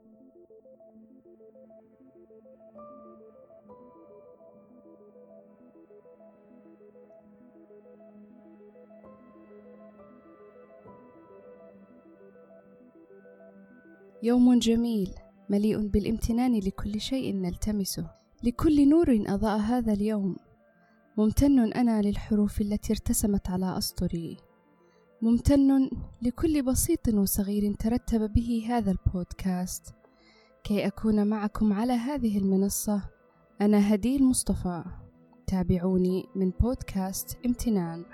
يوم جميل مليء بالامتنان لكل شيء نلتمسه، لكل نور أضاء هذا اليوم. ممتن أنا للحروف التي ارتسمت على أسطري، ممتن لكل بسيط وصغير ترتب به هذا البودكاست كي أكون معكم على هذه المنصة. أنا هديل مصطفى، تابعوني من بودكاست امتنان.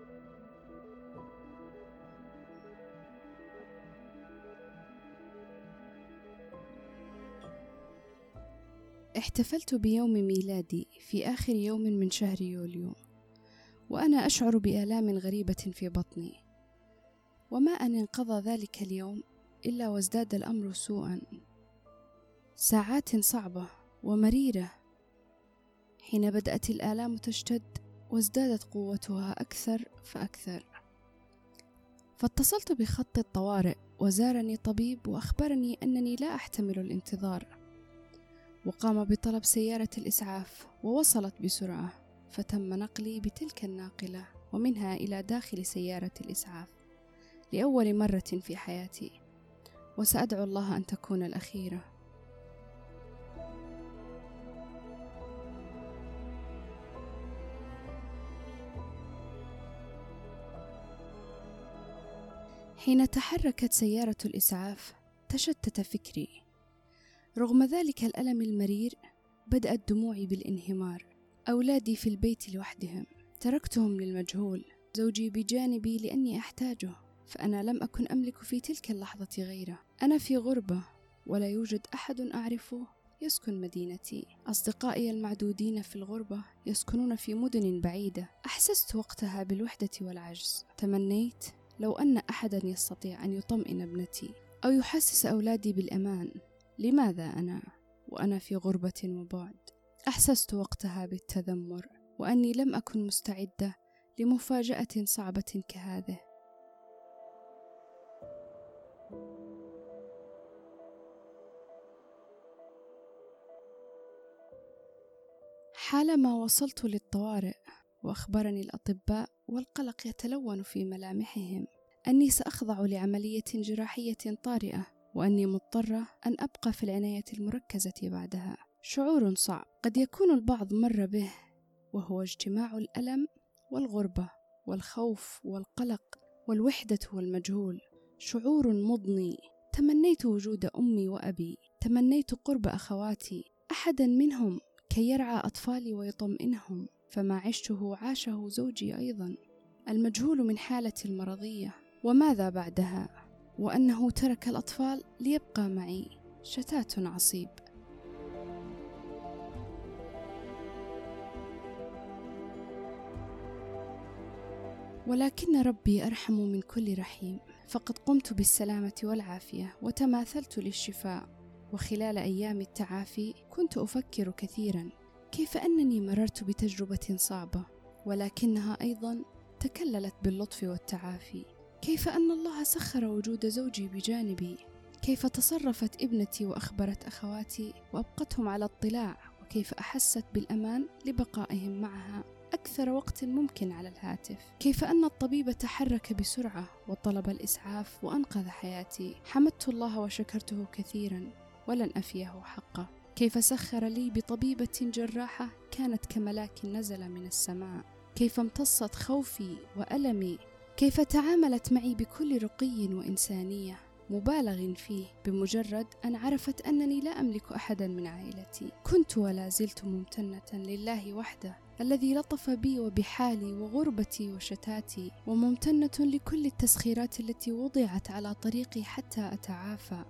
احتفلت بيوم ميلادي في آخر يوم من شهر يوليو، وأنا أشعر بآلام غريبة في بطني، وما أن انقضى ذلك اليوم إلا وازداد الأمر سوءا. ساعات صعبة ومريرة حين بدأت الآلام تشتد وازدادت قوتها أكثر فأكثر، فاتصلت بخط الطوارئ وزارني طبيب وأخبرني أنني لا أحتمل الانتظار، وقام بطلب سيارة الإسعاف ووصلت بسرعة، فتم نقلي بتلك الناقلة ومنها إلى داخل سيارة الإسعاف لأول مرة في حياتي، وسأدعو الله أن تكون الأخيرة. حين تحركت سيارة الإسعاف تشتت فكري. رغم ذلك الألم المرير بدأت دموعي بالانهمار. أولادي في البيت لوحدهم، تركتهم للمجهول. زوجي بجانبي لأني أحتاجه، فأنا لم أكن أملك في تلك اللحظة غيره. أنا في غربة ولا يوجد أحد أعرفه يسكن مدينتي. أصدقائي المعدودين في الغربة يسكنون في مدن بعيدة. أحسست وقتها بالوحدة والعجز. تمنيت لو أن أحدا يستطيع أن يطمئن ابنتي أو يحسس أولادي بالأمان. لماذا أنا وأنا في غربة وبعد؟ أحسست وقتها بالتذمر، وأني لم أكن مستعدة لمفاجأة صعبة كهذه. حالما وصلت للطوارئ وأخبرني الأطباء والقلق يتلون في ملامحهم أني سأخضع لعملية جراحية طارئة، وأني مضطرة أن أبقى في العناية المركزة بعدها. شعور صعب قد يكون البعض مر به، وهو اجتماع الألم والغربة والخوف والقلق والوحدة والمجهول. شعور مضني. تمنيت وجود أمي وأبي، تمنيت قرب أخواتي، أحدا منهم كي يرعى أطفالي ويطمئنهم، فما عشته عاشه زوجي أيضا. المجهول من حالتي المرضية، وماذا بعدها؟ وأنه ترك الأطفال ليبقى معي. شتات عصيب. ولكن ربي أرحم من كل رحيم، فقد قمت بالسلامة والعافية وتماثلت للشفاء. وخلال أيام التعافي كنت أفكر كثيرا كيف أنني مررت بتجربة صعبة، ولكنها أيضا تكللت باللطف والتعافي. كيف أن الله سخر وجود زوجي بجانبي، كيف تصرفت ابنتي وأخبرت أخواتي وأبقتهم على اطلاع، وكيف أحست بالأمان لبقائهم معها أكثر وقت ممكن على الهاتف. كيف أن الطبيب تحرك بسرعة وطلب الإسعاف وأنقذ حياتي. حمدت الله وشكرته كثيرا ولن أفيه حقه. كيف سخر لي بطبيبة جراحة كانت كملاك نزل من السماء. كيف امتصت خوفي وألمي. كيف تعاملت معي بكل رقي وإنسانية مبالغ فيه بمجرد أن عرفت أنني لا أملك أحدا من عائلتي. كنت ولا زلت ممتنة لله وحده الذي لطف بي وبحالي وغربتي وشتاتي، وممتنة لكل التسخيرات التي وضعت على طريقي حتى أتعافى.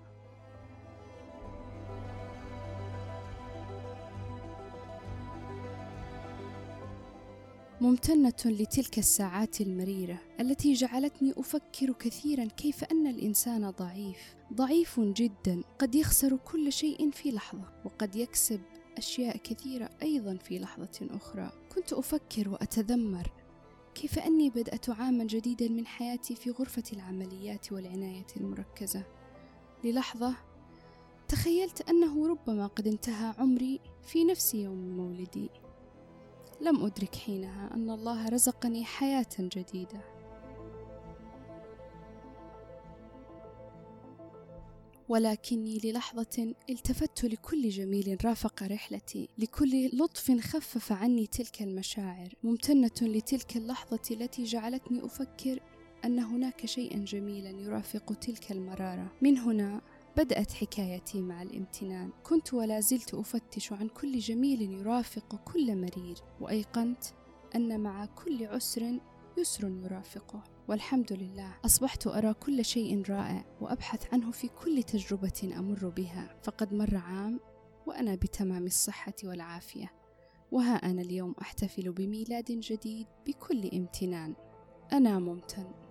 ممتنة لتلك الساعات المريرة التي جعلتني أفكر كثيرا كيف أن الإنسان ضعيف جدا، قد يخسر كل شيء في لحظة، وقد يكسب أشياء كثيرة أيضا في لحظة أخرى. كنت أفكر وأتذمر كيف أني بدأت عاما جديدا من حياتي في غرفة العمليات والعناية المركزة. للحظة تخيلت أنه ربما قد انتهى عمري في نفس يوم مولدي. لم أدرك حينها أن الله رزقني حياة جديدة. ولكني للحظة التفت لكل جميل رافق رحلتي، لكل لطف خفف عني تلك المشاعر، ممتنة لتلك اللحظة التي جعلتني أفكر أن هناك شيئا جميلا يرافق تلك المرارة. من هنا بدأت حكايتي مع الامتنان. كنت ولا زلت أفتش عن كل جميل يرافق كل مرير، وأيقنت أن مع كل عسر يسر يرافقه. والحمد لله أصبحت أرى كل شيء رائع وأبحث عنه في كل تجربة أمر بها. فقد مر عام وأنا بتمام الصحة والعافية، وها أنا اليوم أحتفل بميلاد جديد بكل امتنان. أنا ممتن.